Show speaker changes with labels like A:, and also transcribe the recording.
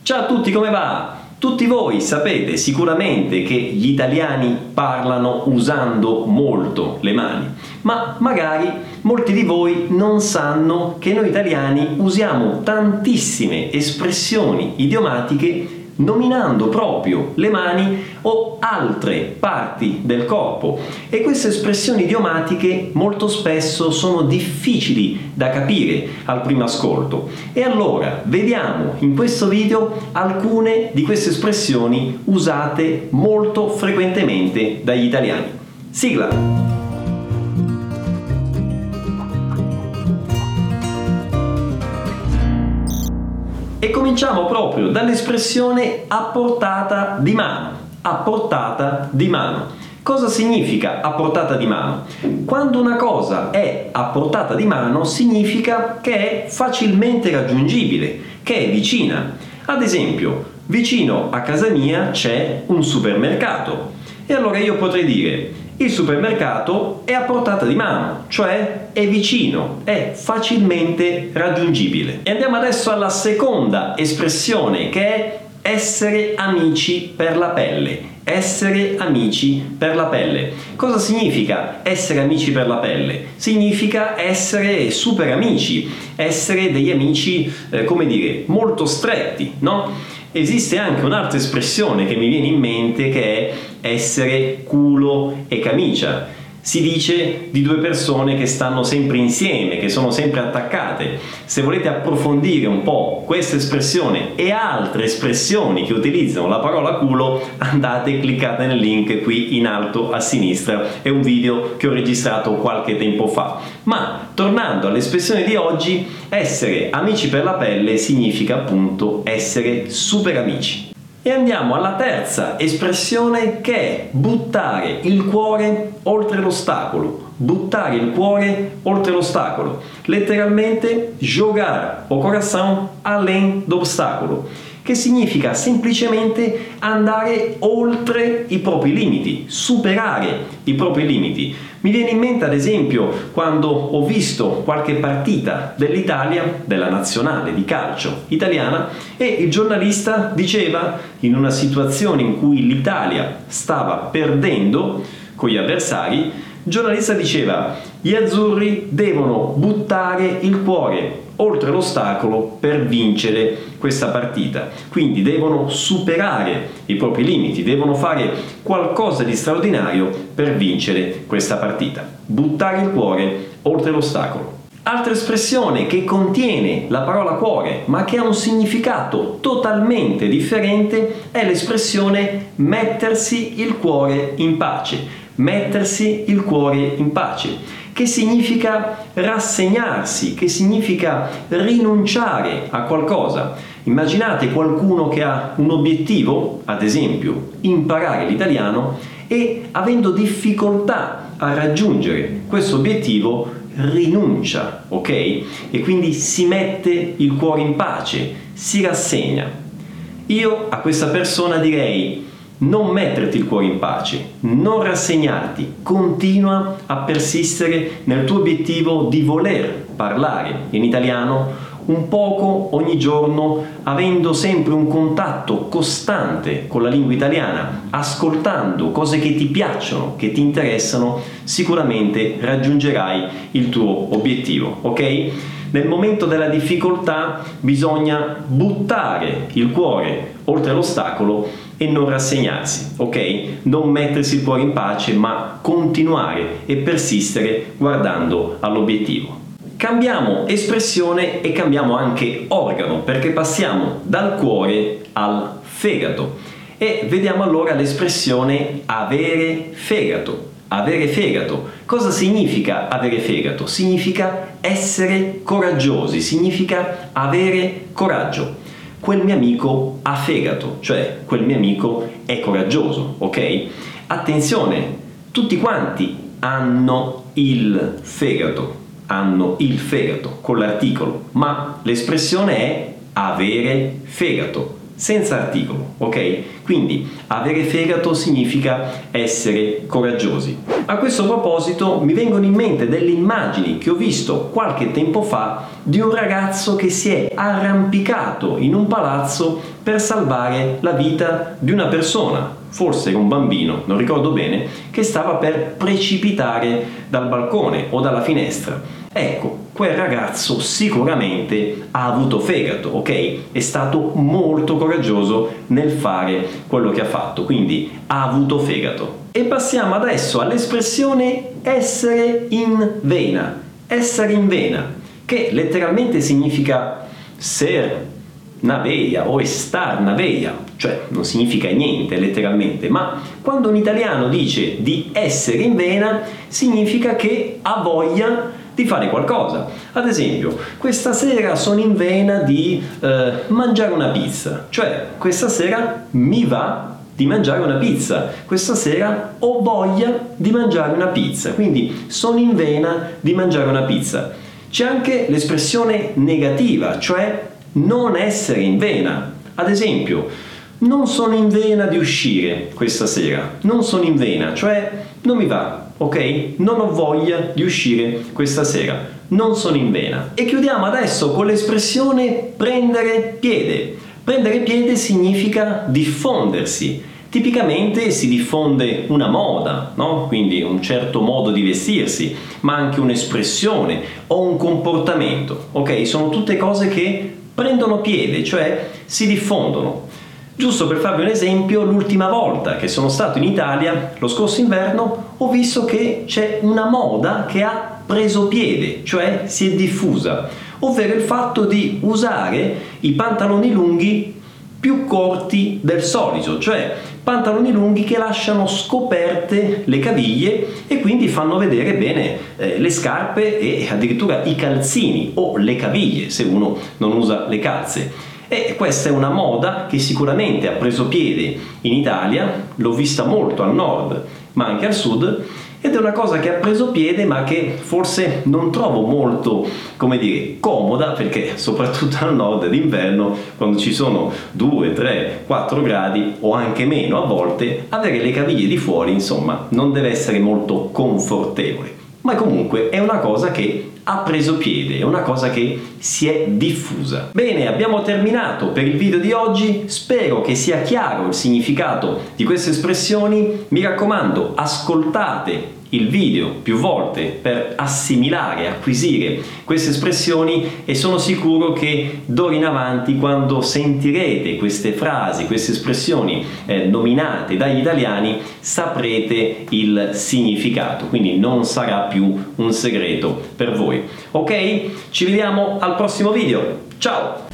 A: Ciao a tutti, come va? Tutti voi sapete sicuramente che gli italiani parlano usando molto le mani, ma magari molti di voi non sanno che noi italiani usiamo tantissime espressioni idiomatiche nominando proprio le mani o altre parti del corpo, e queste espressioni idiomatiche molto spesso sono difficili da capire al primo ascolto. E allora vediamo in questo video alcune di queste espressioni usate molto frequentemente dagli italiani. Sigla! E cominciamo proprio dall'espressione a portata di mano. A portata di mano. Cosa significa a portata di mano? Quando una cosa è a portata di mano significa che è facilmente raggiungibile, che è vicina. Ad esempio, vicino a casa mia c'è un supermercato. E allora io potrei dire: il supermercato è a portata di mano, cioè è vicino, è facilmente raggiungibile. E andiamo adesso alla seconda espressione, che è essere amici per la pelle. Essere amici per la pelle. Cosa significa essere amici per la pelle? Significa essere super amici, essere degli amici, molto stretti, no? Esiste anche un'altra espressione che mi viene in mente, che è essere culo e camicia. Si dice di due persone che stanno sempre insieme, che sono sempre attaccate. Se volete approfondire un po' questa espressione e altre espressioni che utilizzano la parola culo, andate e cliccate nel link qui in alto a sinistra. È un video che ho registrato qualche tempo fa. Ma tornando all'espressione di oggi, essere amici per la pelle significa appunto essere super amici. E andiamo alla terza espressione, che è buttare il cuore oltre l'ostacolo. Buttare il cuore oltre l'ostacolo. Letteralmente, jogar o coração além do obstáculo, che significa semplicemente andare oltre i propri limiti, superare i propri limiti. Mi viene in mente ad esempio quando ho visto qualche partita dell'Italia, della nazionale di calcio italiana, e il giornalista diceva, in una situazione in cui l'Italia stava perdendo con gli avversari, il giornalista diceva: gli azzurri devono buttare il cuore oltre l'ostacolo per vincere questa partita, quindi devono superare i propri limiti, devono fare qualcosa di straordinario per vincere questa partita. Buttare il cuore oltre l'ostacolo. Altra espressione che contiene la parola cuore ma che ha un significato totalmente differente è l'espressione mettersi il cuore in pace. Mettersi il cuore in pace, che significa rassegnarsi, che significa rinunciare a qualcosa. Immaginate qualcuno che ha un obiettivo, ad esempio imparare l'italiano, e avendo difficoltà a raggiungere questo obiettivo rinuncia, ok? E quindi si mette il cuore in pace, si rassegna. Io a questa persona direi: non metterti il cuore in pace, non rassegnarti, continua a persistere nel tuo obiettivo di voler parlare in italiano un poco ogni giorno, avendo sempre un contatto costante con la lingua italiana, ascoltando cose che ti piacciono, che ti interessano, sicuramente raggiungerai il tuo obiettivo, ok? Nel momento della difficoltà bisogna buttare il cuore oltre l'ostacolo e non rassegnarsi, ok? Non mettersi il cuore in pace, ma continuare e persistere guardando all'obiettivo. Cambiamo espressione e cambiamo anche organo, perché passiamo dal cuore al fegato. E vediamo allora l'espressione avere fegato. Avere fegato. Cosa significa avere fegato? Significa essere coraggiosi, significa avere coraggio. Quel mio amico ha fegato, cioè quel mio amico è coraggioso, ok? Attenzione, tutti quanti hanno il fegato con l'articolo, ma l'espressione è avere fegato, senza articolo, ok? Quindi avere fegato significa essere coraggiosi. A questo proposito mi vengono in mente delle immagini che ho visto qualche tempo fa di un ragazzo che si è arrampicato in un palazzo per salvare la vita di una persona, forse era un bambino, non ricordo bene, che stava per precipitare dal balcone o dalla finestra. Ecco, quel ragazzo sicuramente ha avuto fegato, ok? È stato molto coraggioso nel fare quello che ha fatto, quindi ha avuto fegato. E passiamo adesso all'espressione essere in vena. Essere in vena, che letteralmente significa ser na veia o estar na veia, cioè non significa niente letteralmente, ma quando un italiano dice di essere in vena significa che ha voglia di fare qualcosa. Ad esempio, questa sera sono in vena di mangiare una pizza, cioè questa sera mi va di mangiare una pizza, questa sera ho voglia di mangiare una pizza, quindi sono in vena di mangiare una pizza. C'è anche l'espressione negativa, cioè non essere in vena. Ad esempio, non sono in vena di uscire questa sera, non sono in vena, cioè non mi va, ok? Non ho voglia di uscire questa sera, non sono in vena. E chiudiamo adesso con l'espressione prendere piede. Prendere piede significa diffondersi. Tipicamente si diffonde una moda, no? Quindi un certo modo di vestirsi, ma anche un'espressione o un comportamento, ok? Sono tutte cose che prendono piede, cioè si diffondono. Giusto per farvi un esempio, l'ultima volta che sono stato in Italia, lo scorso inverno, ho visto che c'è una moda che ha preso piede, cioè si è diffusa, ovvero il fatto di usare i pantaloni lunghi più corti del solito, cioè pantaloni lunghi che lasciano scoperte le caviglie e quindi fanno vedere bene le scarpe e addirittura i calzini o le caviglie se uno non usa le calze. E questa è una moda che sicuramente ha preso piede in Italia, l'ho vista molto al nord ma anche al sud, ed è una cosa che ha preso piede ma che forse non trovo molto, come dire, comoda, perché soprattutto al nord d'inverno, quando ci sono 2, 3, 4 gradi o anche meno a volte, avere le caviglie di fuori, insomma, non deve essere molto confortevole. Ma comunque è una cosa che ha preso piede, è una cosa che si è diffusa. Bene, abbiamo terminato per il video di oggi, spero che sia chiaro il significato di queste espressioni. Mi raccomando, ascoltate il video più volte per assimilare, acquisire queste espressioni e sono sicuro che d'ora in avanti, quando sentirete queste frasi, queste espressioni nominate dagli italiani, saprete il significato, quindi non sarà più un segreto per voi. Ok? Ci vediamo al prossimo video. Ciao!